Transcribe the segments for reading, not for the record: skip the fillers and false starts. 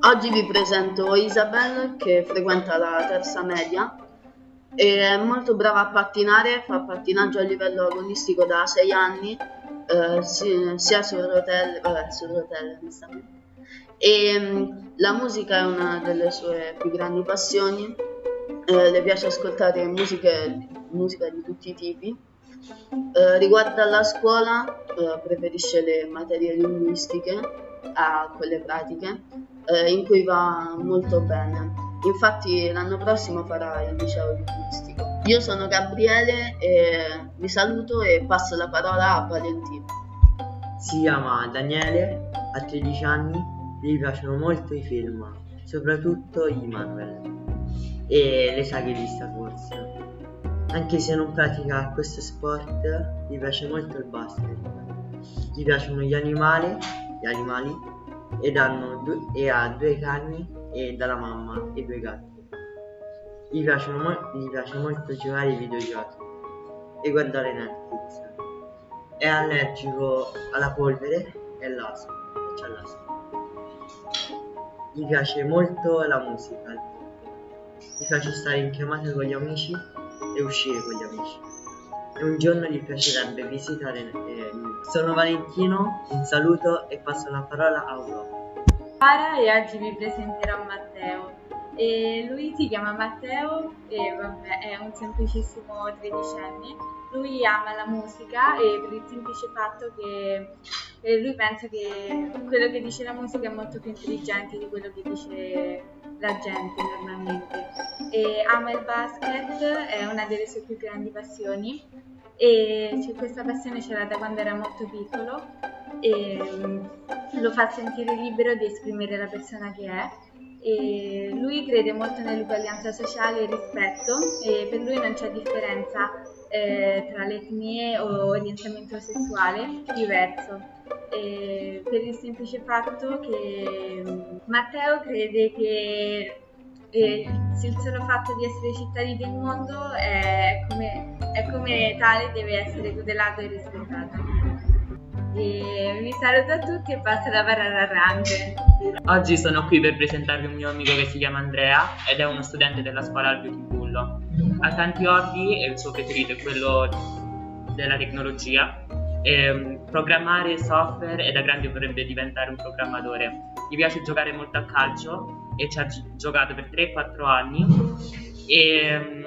Oggi vi presento Isabel che frequenta la terza media e è molto brava a pattinare, fa pattinaggio a livello agonistico da 6 anni, sia su rotelle, su rotelle onestamente. La musica è una delle sue più grandi passioni, le piace ascoltare musica di tutti i tipi. Riguardo alla scuola, preferisce le materie linguistiche a quelle pratiche, in cui va molto bene. Infatti l'anno prossimo farà il liceo linguistico. Io sono Gabriele e vi saluto e passo la parola a Valentino. Si chiama Daniele, ha 13 anni, gli piacciono molto i film, soprattutto i Marvel e le saghe di Star Wars. Anche se non pratica questo sport, gli piace molto il basket. Gli piacciono gli animali e ha 2 cani e dalla mamma e 2 gatti. Gli piace molto giocare ai videogiochi e guardare Netflix. È allergico alla polvere e all'asma. Gli piace molto la musica, gli piace stare in chiamata con gli amici e uscire con gli amici. E un giorno gli piacerebbe visitare lui. Sono Valentino, un saluto e passo la parola a Aurora. E oggi vi presenterò Matteo. Lui si chiama Matteo e è un semplicissimo 13enne. Lui ama la musica e per il semplice fatto che lui pensa che quello che dice la musica è molto più intelligente di quello che dice la gente normalmente. E ama il basket, è una delle sue più grandi passioni e questa passione ce l'ha da quando era molto piccolo e lo fa sentire libero di esprimere la persona che è. E lui crede molto nell'uguaglianza sociale e il rispetto e per lui non c'è differenza tra le etnie o orientamento sessuale diverso, per il semplice fatto che Matteo crede che il solo fatto di essere cittadini del mondo è come tale deve essere tutelato e rispettato. E vi saluto a tutti e passo la parola a Range. Oggi sono qui per presentarvi un mio amico che si chiama Andrea ed è uno studente della scuola Alvio Timbullo. Ha tanti hobby e il suo preferito è quello della tecnologia, programmare software e da grande vorrebbe diventare un programmatore. Gli piace giocare molto a calcio e ci ha giocato per 3-4 anni e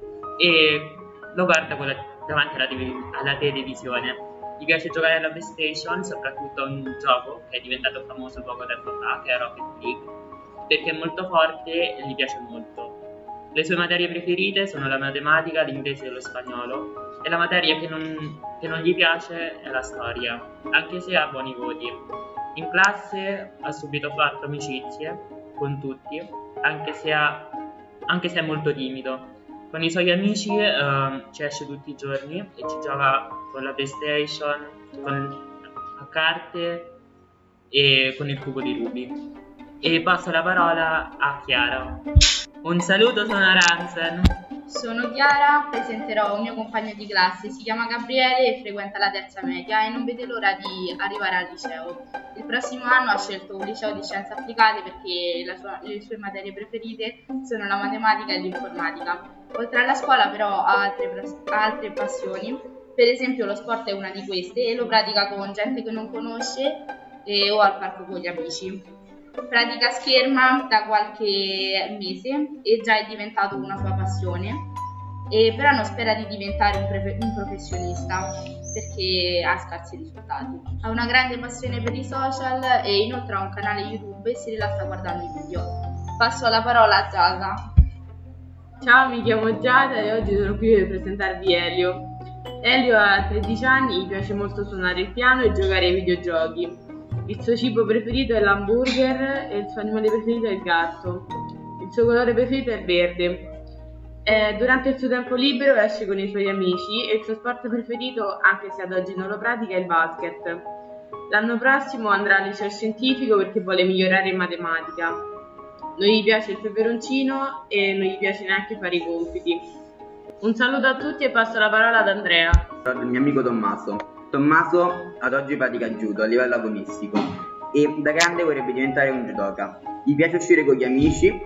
lo guarda davanti alla televisione. Gli piace giocare alla PlayStation, soprattutto a un gioco che è diventato famoso poco tempo fa, che è Rocket League, perché è molto forte e gli piace molto. Le sue materie preferite sono la matematica, l'inglese e lo spagnolo, e la materia che non gli piace è la storia, anche se ha buoni voti. In classe ha subito fatto amicizie con tutti, anche se è molto timido. Con i suoi amici ci esce tutti i giorni e ci gioca con la PlayStation, a carte e con il cubo di Ruby. E passo la parola a Chiara. Un saluto, sono Ransen. Sono Chiara, presenterò un mio compagno di classe, si chiama Gabriele e frequenta la terza media e non vede l'ora di arrivare al liceo. Il prossimo anno ha scelto un liceo di scienze applicate perché le sue materie preferite sono la matematica e l'informatica. Oltre alla scuola però ha altre passioni, per esempio lo sport è una di queste e lo pratica con gente che non conosce o al parco con gli amici. Pratica scherma da qualche mese e già è diventato una sua passione, però non spera di diventare un professionista perché ha scarsi risultati. Ha una grande passione per i social e inoltre ha un canale YouTube e si rilassa guardando i video. Passo la parola a Giada. Ciao, mi chiamo Giada e oggi sono qui per presentarvi Elio. Elio ha 13 anni, gli piace molto suonare il piano e giocare ai videogiochi. Il suo cibo preferito è l'hamburger e il suo animale preferito è il gatto. Il suo colore preferito è verde. Durante il suo tempo libero esce con i suoi amici e il suo sport preferito, anche se ad oggi non lo pratica, è il basket. L'anno prossimo andrà al liceo scientifico perché vuole migliorare in matematica. Non gli piace il peperoncino e non gli piace neanche fare i compiti. Un saluto a tutti e passo la parola ad Andrea. Il mio amico Tommaso. Tommaso ad oggi pratica judo a livello agonistico e da grande vorrebbe diventare un judoka. gli piace uscire con gli amici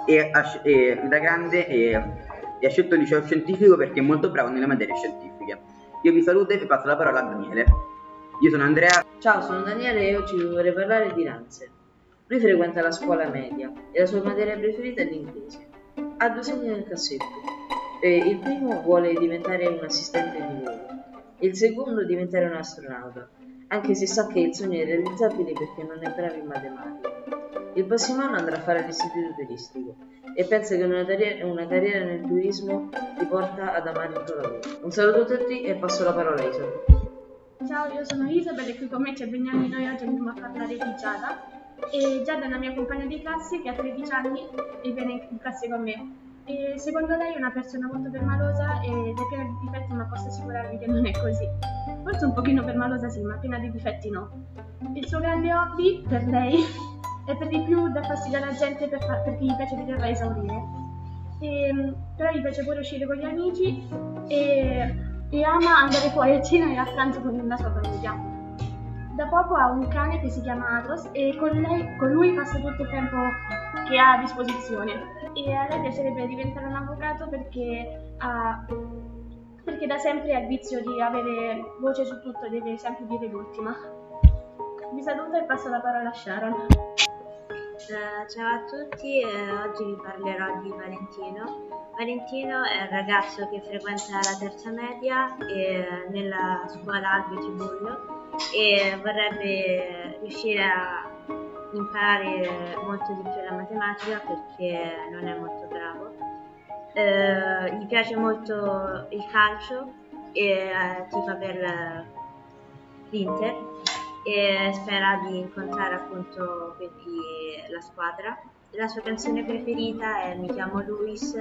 e da grande ha scelto il liceo scientifico perché è molto bravo nelle materie scientifiche. Io vi saluto e vi passo la parola a Daniele. Io sono Andrea. Ciao, sono Daniele e oggi vi vorrei parlare di Ranze. Lui frequenta la scuola media e la sua materia preferita è l'inglese. Ha 2 segni nel cassetto. Il primo vuole diventare un assistente di volo, il secondo diventare un astronauta, anche se sa che il sogno è irrealizzabile perché non è bravo in matematica. Il prossimo anno andrà a fare l'istituto turistico e pensa che una carriera nel turismo ti porta ad amare il tuo lavoro. Un saluto a tutti e passo la parola a Isabel. Ciao, io sono Isabel e qui con me c'è Beniamino e oggi andiamo a parlare di Giada. E Giada è una mia compagna di classe che ha 13 anni e viene in classe con me. E secondo lei è una persona molto permalosa ed è piena di difetti, ma posso assicurarvi che non è così. Forse un pochino permalosa sì, ma piena di difetti no. Il suo grande hobby per lei è per di più dar fastidio alla gente perché gli piace vederla esaurire. Però gli piace pure uscire con gli amici e ama andare fuori a cena e a pranzo con la sua famiglia. Da poco ha un cane che si chiama Atos e con lui passa tutto il tempo che ha a disposizione. E a lei piacerebbe diventare un avvocato perché da sempre ha il vizio di avere voce su tutto, deve sempre dire l'ultima. Vi saluto e passo la parola a Sharon. Ciao a tutti, oggi vi parlerò di Valentino. Valentino è un ragazzo che frequenta la terza media nella scuola Alvio Cibullo e vorrebbe riuscire a imparare molto di più la matematica perché non è molto bravo. Gli piace molto il calcio e tifa per l'Inter e spera di incontrare appunto la squadra. La sua canzone preferita è Mi chiamo Luis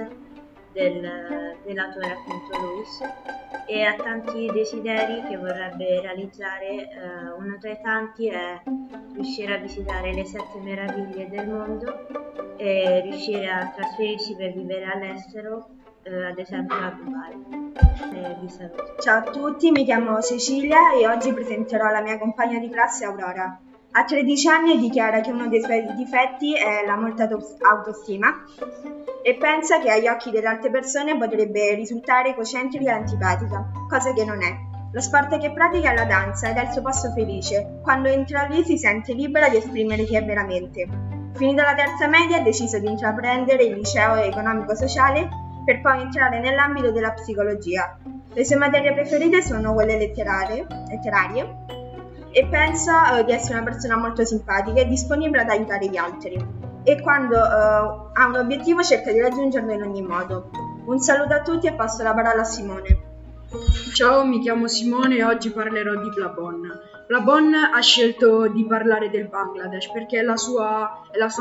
dell'autore appunto Luis e ha tanti desideri che vorrebbe realizzare. Uno tra i tanti è riuscire a visitare le 7 meraviglie del mondo e riuscire a trasferirsi per vivere all'estero, ad esempio a Dubai. Vi saluto. Ciao a tutti, mi chiamo Cecilia e oggi presenterò la mia compagna di classe Aurora. Ha 13 anni e dichiara che uno dei suoi difetti è la molta autostima e pensa che agli occhi delle altre persone potrebbe risultare egocentrica e antipatica, cosa che non è. Lo sport che pratica è la danza ed è il suo posto felice. Quando entra lì si sente libera di esprimere chi è veramente. Finita la terza media ha deciso di intraprendere il liceo economico-sociale per poi entrare nell'ambito della psicologia. Le sue materie preferite sono quelle letterarie e pensa di essere una persona molto simpatica e disponibile ad aiutare gli altri. E quando ha un obiettivo cerca di raggiungerlo in ogni modo. Un saluto a tutti e passo la parola a Simone. Ciao, mi chiamo Simone e oggi parlerò di Plabon. Plabon ha scelto di parlare del Bangladesh perché è la sua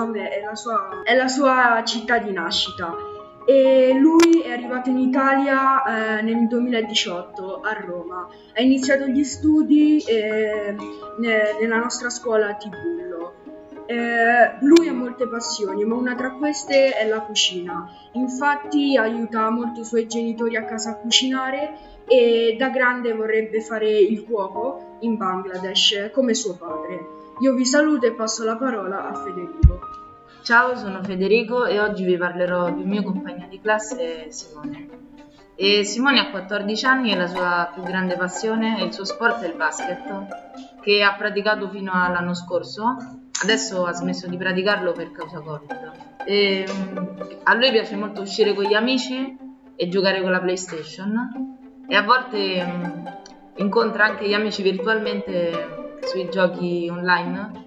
città di nascita. E lui è arrivato in Italia nel 2018 a Roma. Ha iniziato gli studi nella nostra scuola a Tibullo. Lui ha molte passioni, ma una tra queste è la cucina. Infatti aiuta molto i suoi genitori a casa a cucinare e da grande vorrebbe fare il cuoco in Bangladesh come suo padre. Io vi saluto e passo la parola a Federico. Ciao, sono Federico e oggi vi parlerò di un mio compagno di classe, Simone. Simone ha 14 anni e la sua più grande passione e il suo sport è il basket, che ha praticato fino all'anno scorso. Adesso ha smesso di praticarlo per causa Covid. A lui piace molto uscire con gli amici e giocare con la PlayStation e a volte incontra anche gli amici virtualmente sui giochi online.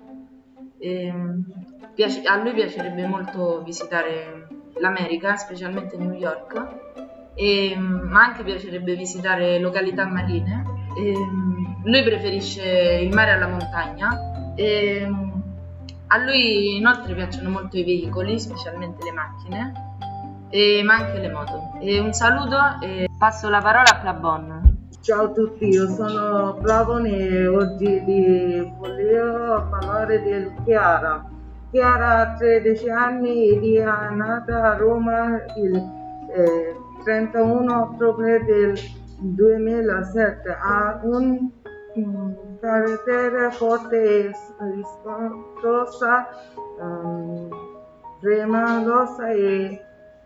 A lui piacerebbe molto visitare l'America, specialmente New York, ma anche piacerebbe visitare località marine. Lui preferisce il mare alla montagna. A lui inoltre piacciono molto i veicoli, specialmente le macchine, ma anche le moto. Un saluto e passo la parola a Plabon. Ciao a tutti, io sono Plabon e oggi vi volevo parlare di Chiara. Chiara ha 13 anni ed è nata a Roma il 31 ottobre del 2007. Ha un carattere forte e rispettosa, tremalosa e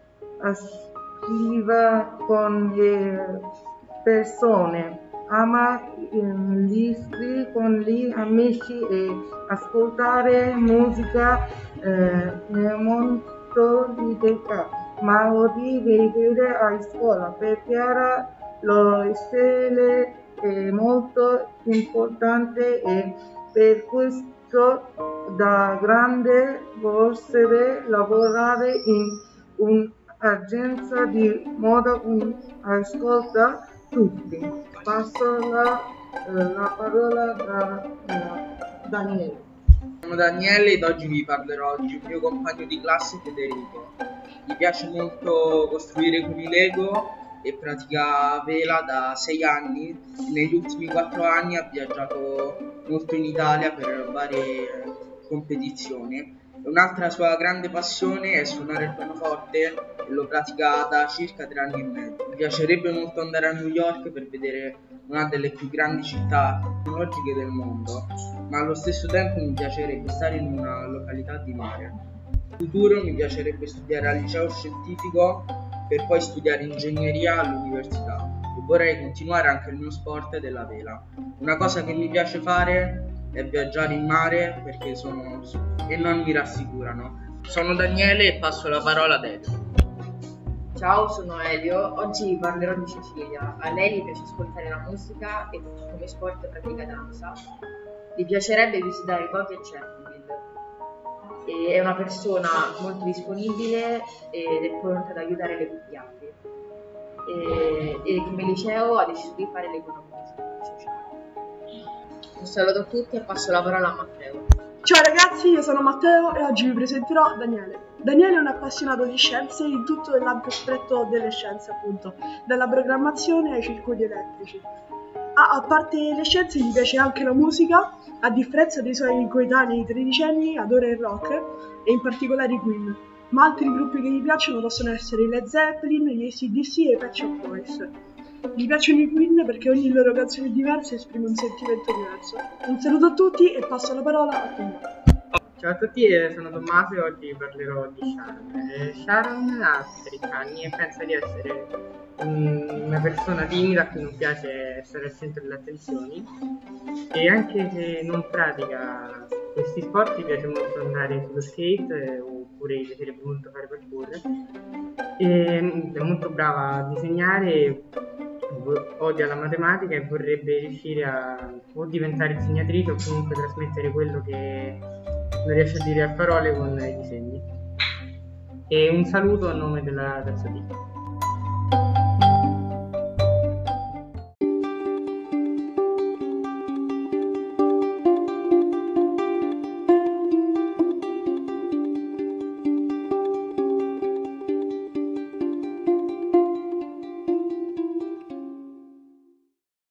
attiva con le persone. Ama stare con gli amici e ascoltare musica è molto divertente, ma odia vedere a scuola. Per Chiara lo stile è molto importante e per questo da grande vorrebbe lavorare in un'agenzia di moda. Ascolta tutti. Passo la parola a Daniele. Sono Daniele ed oggi vi parlerò di un mio compagno di classe, Federico. Gli piace molto costruire con i Lego e pratica vela da 6 anni. Negli ultimi 4 anni ha viaggiato molto in Italia per varie competizioni. Un'altra sua grande passione è suonare il pianoforte e lo pratica da circa 3 anni e mezzo. Mi piacerebbe molto andare a New York per vedere una delle più grandi città tecnologiche del mondo, ma allo stesso tempo mi piacerebbe stare in una località di mare. In futuro mi piacerebbe studiare al liceo scientifico per poi studiare ingegneria all'università e vorrei continuare anche il mio sport della vela. Una cosa che mi piace fare è viaggiare in mare perché e non mi rassicurano. Sono Daniele e passo la parola ad Elio. Ciao, sono Elio. Oggi vi parlerò di Cecilia. A lei gli piace ascoltare la musica e come sport pratica danza. Gli piacerebbe visitare Tokyo e Chernobyl. È una persona molto disponibile ed è pronta ad aiutare le coppie. E come liceo ha deciso di fare l'economia sociale. Un saluto a tutti e passo la parola a Matteo. Ciao ragazzi, io sono Matteo e oggi vi presenterò Daniele. Daniele è un appassionato di scienze in tutto l'ampio spettro delle scienze, appunto, dalla programmazione ai circuiti elettrici. A parte le scienze gli piace anche la musica, a differenza dei suoi coetanei tredicenni adora il rock e in particolare i Queen, ma altri gruppi che gli piacciono possono essere i Led Zeppelin, gli AC/DC e i Pet Shop Boys. Gli piacciono i Queen perché ogni loro canzone diversa esprime un sentimento diverso. Un saluto a tutti e passo la parola a Tommaso. Ciao a tutti, sono Tommaso e oggi vi parlerò di Sharon. Sharon ha 13 anni e pensa di essere una persona timida a cui non piace essere al centro delle attenzioni, e anche se non pratica questi sport gli piace molto andare sullo skate oppure gli piacerebbe molto fare parkour. È molto brava a disegnare, odia la matematica e vorrebbe riuscire o diventare insegnatrice o comunque trasmettere quello che non riesce a dire a parole con i disegni. E un saluto a nome della terza D.